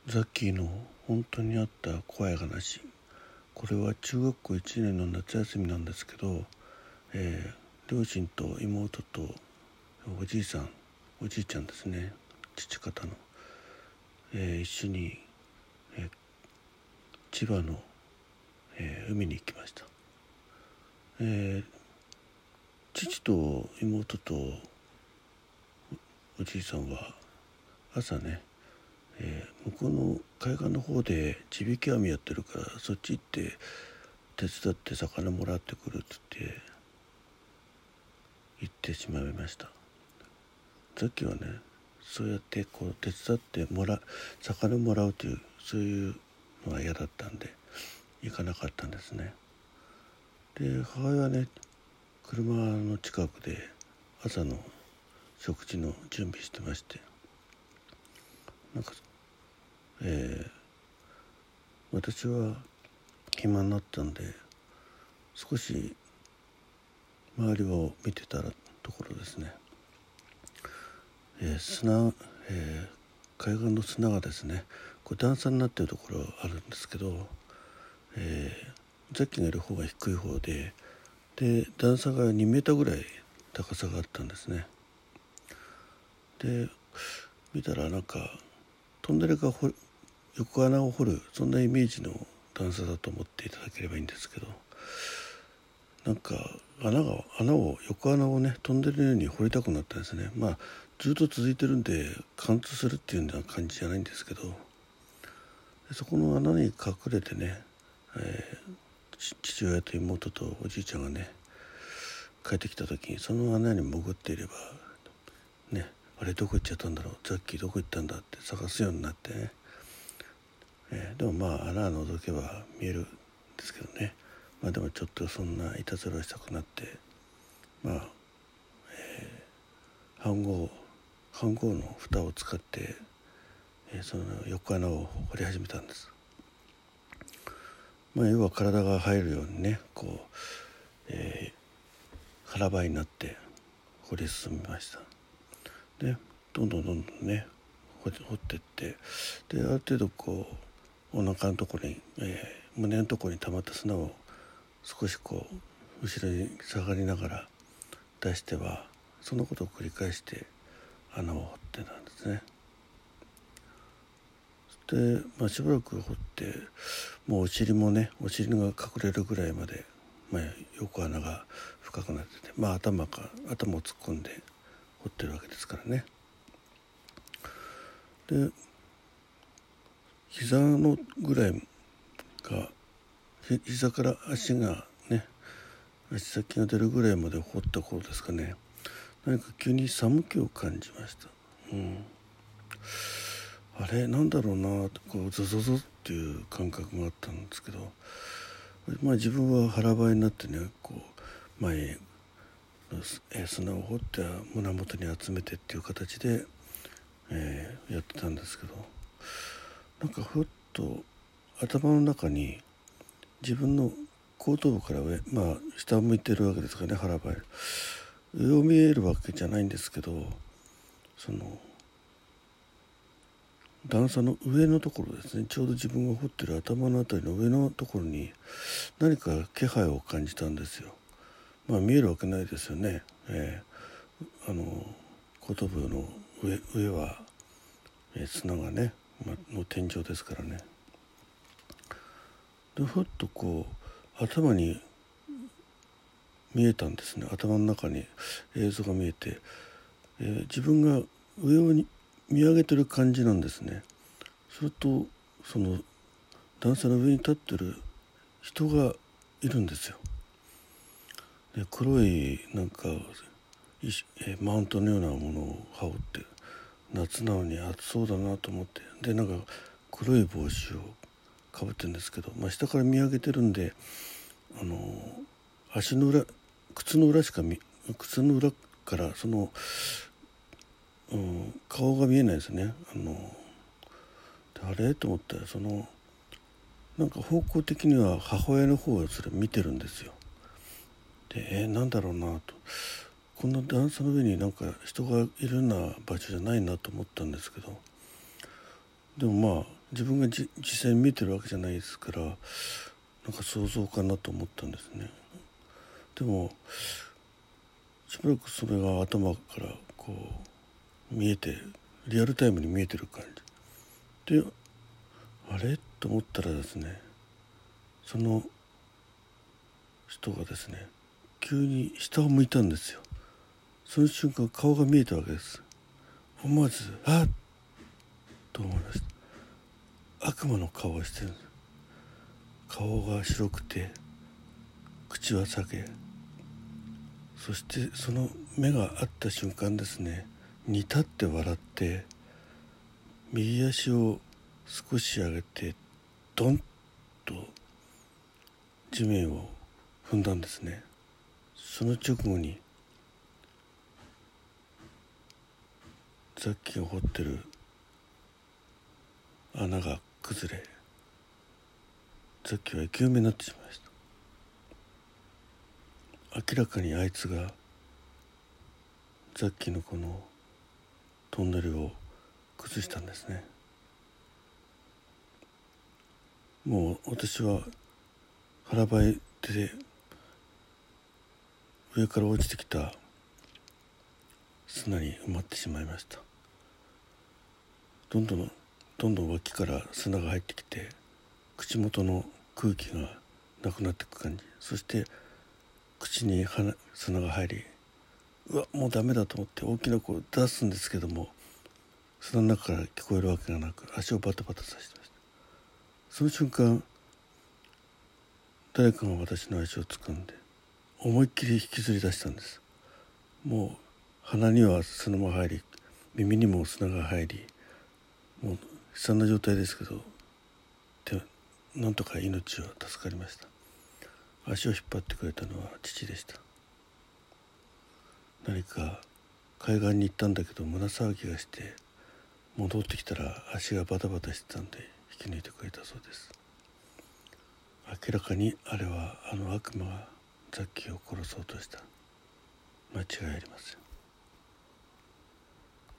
ザッキーの本当にあった怖い話。これは中学校1年の夏休みなんですけど、両親と妹とおじいさんおじいちゃんですね、父方の、一緒に、千葉の、海に行きました。父と妹とおじいさんは朝ね、向こうの海岸の方で地引き網やってるから、そっち行って手伝って魚もらってくるって言ってしまいました。さっきはね、そうやってこう手伝って魚もらうという、そういうのは嫌だったんで行かなかったんですね。で、母親はね、車の近くで朝の食事の準備してまして、なんか、私は暇になったんで少し周りを見てたところですね、海岸の砂がですね、こう段差になっているところあるんですけど、ザッキがいる方が低い方で、段差が2メーターぐらい高さがあったんですね。で、見たらなんかトンネルが横穴を掘る、そんなイメージの段差だと思っていただければいいんですけど、なんか横穴をね、トンネルのように掘りたくなったんですね。ずっと続いてるんで貫通するっていうような感じじゃないんですけど、そこの穴に隠れてね、父親と妹とおじいちゃんがね帰ってきた時に、その穴に潜っていればね、あれどこ行っちゃったんだろう、ザッキーどこ行ったんだって探すようになってね、でも穴を覗けば見えるんですけどね、でもちょっとそんないたずらをしたくなって、飯盒の蓋を使って、その横穴を掘り始めたんです。要は体が入るようにね、こう、腹ばいになって掘り進みました。で、どんどんね掘っていって、で、ある程度こうお腹のところに、胸のところに溜まった砂を少しこう後ろに下がりながら出しては、そのことを繰り返して穴を掘ってたんですね。で、しばらく掘って、もうお尻が隠れるぐらいまで、横穴が深くなってて、頭を突っ込んで掘ってるわけですからね。で、膝のぐらいが、膝から足先が出るぐらいまで掘った頃ですかね、何か急に寒気を感じました。あれなんだろうなと、こうゾゾゾっていう感覚があったんですけど、自分は腹ばいになってね、こう前砂を掘って胸元に集めてっていう形で、やってたんですけど、なんかふっと頭の中に自分の後頭部から上、下を向いてるわけですからね、腹ばい上を見えるわけじゃないんですけど、その段差の上のところですね、ちょうど自分が掘ってる頭のあたりの上のところに何か気配を感じたんですよ。見えるわけないですよね。後頭部の上は、砂がね、の天井ですからね。で、ふっとこう頭に見えたんですね。頭の中に映像が見えて、自分が上を見上げてる感じなんですね。するとその段差の上に立ってる人がいるんですよ。で、黒いなんかマウントのようなものを羽織って、夏なのに暑そうだなと思って、でなんか黒い帽子をかぶってるんですけど、下から見上げてるんで、足の裏、靴の裏からその、顔が見えないですね。あれと思ったら、なんか方向的には母親の方をそれ見てるんですよ。で、なんだろうなと、こんな段差の上になんか人がいるような場所じゃないなと思ったんですけど、でも自分が実際に見えてるわけじゃないですから、なんか想像かなと思ったんですね。でもしばらくそれが頭からこう見えて、リアルタイムに見えてる感じで、あれと思ったらですね、その人がですね急に下を向いたんですよ。その瞬間顔が見えたわけです。思わずあっと思いました。悪魔の顔をしてるんです。顔が白くて口は裂け、そしてその目が合った瞬間ですね、に立って笑って右足を少し上げてドンと地面を踏んだんですね。その直後にザッキーが掘ってる穴が崩れ、ザッキーは生き埋めになってしまいました。明らかにあいつがザッキーのこのトンネルを崩したんですね。もう私は腹ばいで上から落ちてきた砂に埋まってしまいました。どんどん脇から砂が入ってきて、口元の空気がなくなっていく感じ、そして口に砂が入り、うわもうダメだと思って大きな声を出すんですけども、砂の中から聞こえるわけがなく足をバタバタさせてました。その瞬間誰かが私の足を掴んで思いっきり引きずり出したんです。もう鼻には砂も入り、耳にも砂が入り、もう悲惨な状態ですけど、なんとか命は助かりました。足を引っ張ってくれたのは父でした。何か海岸に行ったんだけど胸騒ぎがして戻ってきたら足がバタバタしてたんで引き抜いてくれたそうです。明らかにあれはあの悪魔がザッキーを殺そうとした。間違いありません。